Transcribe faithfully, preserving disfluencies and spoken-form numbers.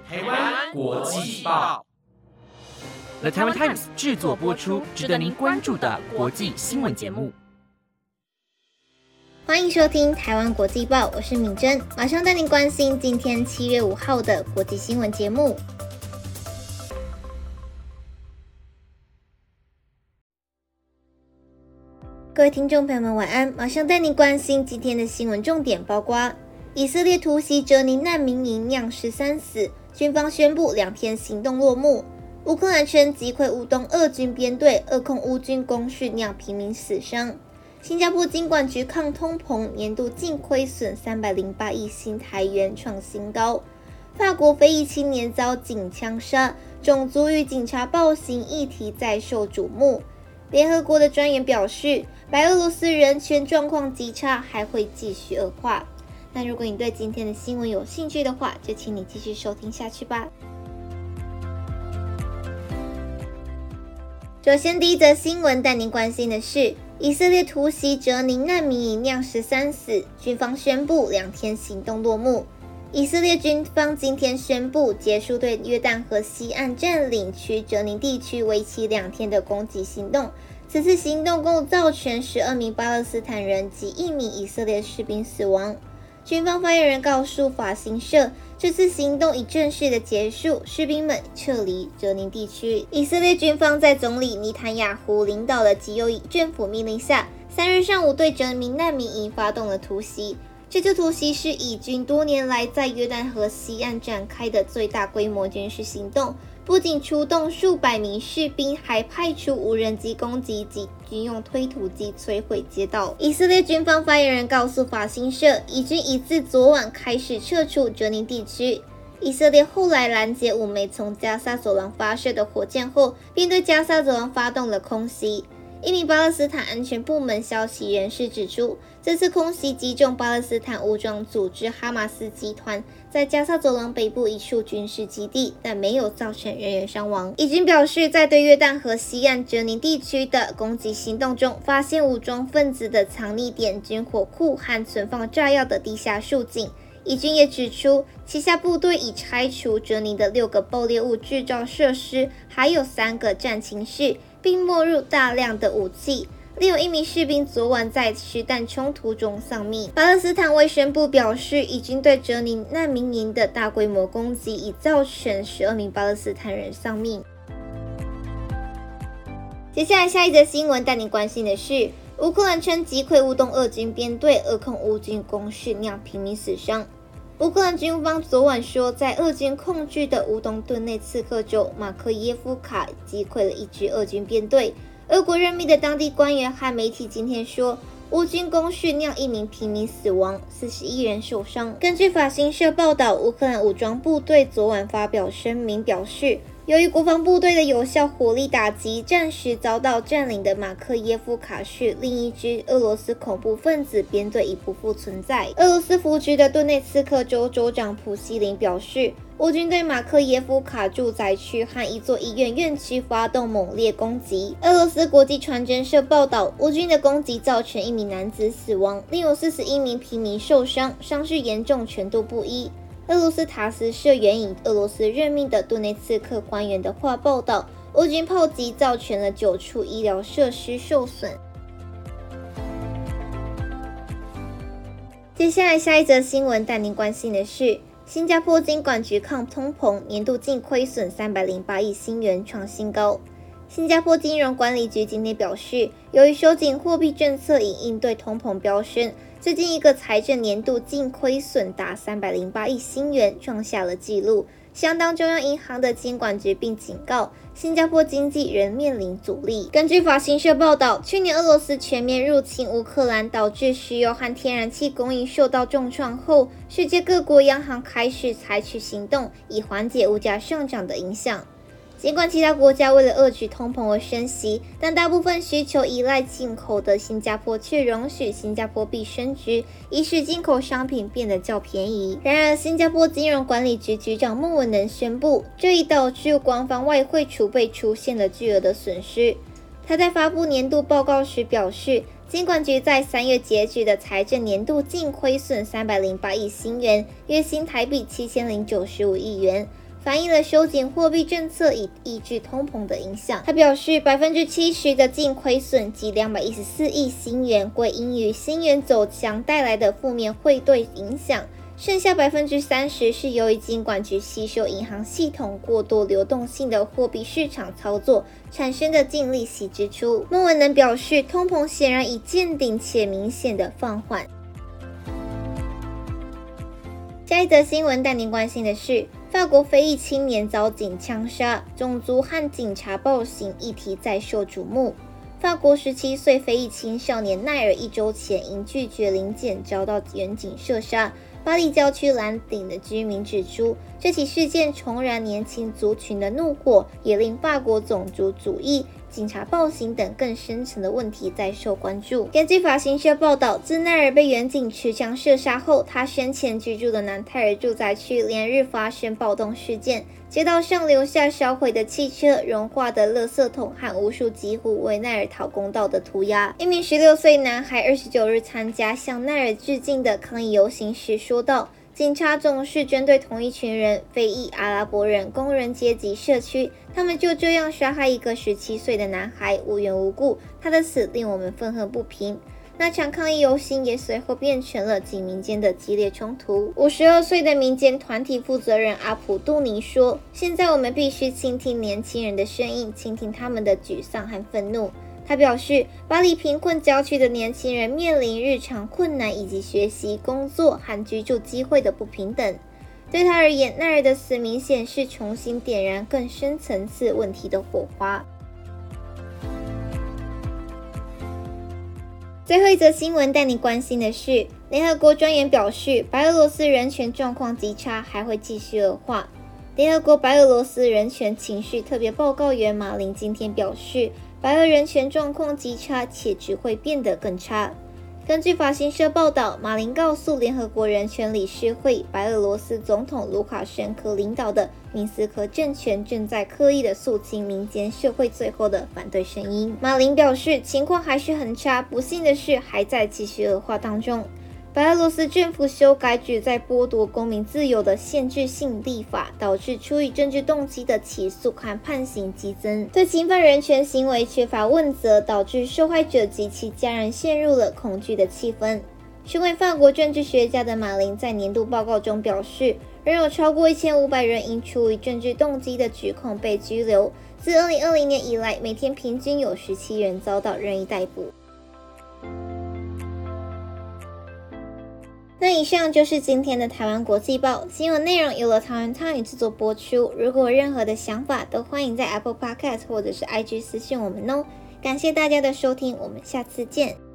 台湾国际报 The Taiwan Times 制作播出，值得您关注的国际新闻节目。 欢迎收听台湾国际报，我是敏珍，马上带您关心今天七月五号的国际新闻节目。各位听众朋友们晚安，马上带您关心今天的新闻重点，包括以色列突袭哲尼难民营酿十三死，军方宣布两天行动落幕。乌克兰称击溃乌东俄军编队，扼控乌军攻势酿平民死伤。新加坡金管局抗通膨年度净亏损三百零八亿新台元创新高。法国非裔青年遭警枪杀，种族与警察暴行议题再受瞩目。联合国的专员表示，白俄罗斯人权状况极差，还会继续恶化。那如果你对今天的新闻有兴趣的话，就请你继续收听下去吧。首先，第一则新闻带您关心的是，以色列突袭哲尼难民营酿十三死，军方宣布两天行动落幕。以色列军方今天宣布结束对约旦河西岸占领区哲尼地区为期两天的攻击行动。此次行动共造成十二名巴勒斯坦人及一名以色列士兵死亡。军方发言人告诉法新社，这次行动已正式的结束，士兵们撤离哲尼地区。以色列军方在总理尼坦雅胡领导的极右翼政府命令下，三日上午对哲尼难民营发动了突袭。这次突袭是以军多年来在约旦河西岸展开的最大规模军事行动，不仅出动数百名士兵，还派出无人机攻击及军用推土机摧毁街道。以色列军方发言人告诉法新社，以军已自昨晚开始撤出哲尼地区。以色列后来拦截五枚从加萨走廊发射的火箭后，并对加萨走廊发动了空袭。一名巴勒斯坦安全部门消息人士指出，这次空袭击中巴勒斯坦武装组织哈马斯集团在加萨走廊北部一处军事基地，但没有造成人员伤亡。以军表示，在对约旦河西岸哲尼地区的攻击行动中，发现武装分子的藏匿点、军火库和存放炸药的地下竖井。以军也指出，旗下部队已拆除哲尼的六个爆裂物制造设施，还有三个战情室，并没入大量的武器。另有一名士兵昨晚在实弹冲突中丧命。巴勒斯坦卫生部表示，以军对哲尼难民营的大规模攻击已造成十二名巴勒斯坦人丧命。接下来下一则新闻带你关心的是，乌克兰称击溃乌东俄军编队，扼控乌军攻势酿平民死伤。乌克兰军方昨晚说，在俄军控制的乌东顿内茨克州马克耶夫卡击溃了一支俄军编队。俄国任命的当地官员和媒体今天说，乌军攻势酿一名平民死亡，四十一人受伤。根据法新社报道，乌克兰武装部队昨晚发表声明表示，由于国防部队的有效火力打击，暂时遭到占领的马克耶夫卡市另一支俄罗斯恐怖分子编队已不复存在。俄罗斯扶植的顿内茨克州州长普希林表示，乌军对马克耶夫卡住宅区和一座医院院区发动猛烈攻击。俄罗斯国际传真社报道，乌军的攻击造成一名男子死亡，另有四十一名平民受伤，伤势严重程度不一。俄罗斯塔斯社援引俄罗斯任命的顿内茨克官员的话报道，乌军炮击造成了九处医疗设施受损。接下来下一则新闻带您关心的是，新加坡金管局抗通膨年度净亏损三百零八亿新元创新高。新加坡金融管理局今天表示，由于收紧货币政策以应对通膨飙升，最近一个财政年度净亏损达三百零八亿新元，创下了纪录，相当中央银行的监管局，并警告新加坡经济仍面临阻力。根据法新社报道，去年俄罗斯全面入侵乌克兰，导致石油和天然气供应受到重创后，世界各国央行开始采取行动，以缓解物价上涨的影响。尽管其他国家为了遏制通膨而升息，但大部分需求依赖进口的新加坡却容许新加坡币升值，以使进口商品变得较便宜。然而，新加坡金融管理局局长孟文能宣布，这已导致官方外汇储备出现了巨额的损失。他在发布年度报告时表示，金管局在三月截止的财政年度净亏损三百零八亿新元，约新台币七千零九十五亿元。 反映了收紧货币政策以抑制通膨的影响。他表示， 百分之七十 的净亏损及两百一十四亿新元归因于新元走强带来的负面汇兑影响，剩下 百分之三十 是由于金管局吸收银行系统过多流动性的货币市场操作产生的净利息支出。孟文能表示，通膨显然已见顶且明显的放缓。下一则新闻带您关心的是，法国非裔青年遭警枪杀，种族和警察暴行议题再受瞩目。法国十七岁非裔青少年奈尔一周前因拒绝临检遭到远警射杀。巴黎郊区蓝顶的居民指出，这起事件重燃年轻族群的怒火，也令法国种族主义、警察暴行等更深层的问题再受关注。根据法新社报道，自奈尔被远警持枪射杀后，他生前居住的南泰尔住宅区连日发生暴动事件，街道上留下烧毁的汽车、融化的垃圾桶和无数几乎为奈尔讨公道的涂鸦。一名十六岁男孩二十九日参加向奈尔致敬的抗议游行时说道，警察总是针对同一群人，非裔、阿拉伯人、工人阶级社区，他们就这样杀害一个十七岁的男孩，无缘无故，他的死令我们愤恨不平。那场抗议游行也随后变成了警民间的激烈冲突。五十二岁的民间团体负责人阿普杜尼说，现在我们必须倾听年轻人的声音，倾听他们的沮丧和愤怒。他表示，巴黎贫困郊区的年轻人面临日常困难以及学习、工作和居住机会的不平等。对他而言，奈尔的死明显是重新点燃更深层次问题的火花。最后一则新闻带你关心的是，联合国专员表示，白俄罗斯人权状况极差，还会继续恶化。联合国白俄罗斯人权情绪特别报告员马林今天表示，白俄人权状况极差，且只会变得更差。根据法新社报道，马林告诉联合国人权理事会，白俄罗斯总统卢卡申科领导的明斯克政权正在刻意的肃清民间社会最后的反对声音。马林表示，情况还是很差，不幸的是还在继续恶化当中。白俄罗斯政府修改旨在剥夺公民自由的限制性立法，导致出于政治动机的起诉和判刑激增，对侵犯人权行为缺乏问责，导致受害者及其家人陷入了恐惧的气氛。身为法国政治学家的马林在年度报告中表示，仍有超过一千五百人因出于政治动机的指控被拘留。自二零二零年以来，每天平均有十七人遭到任意逮捕。那以上就是今天的台湾国际报新闻内容，由了台湾 Time 制作播出。如果有任何的想法，都欢迎在 Apple Podcast 或者是 I G 私讯我们哦。感谢大家的收听，我们下次见。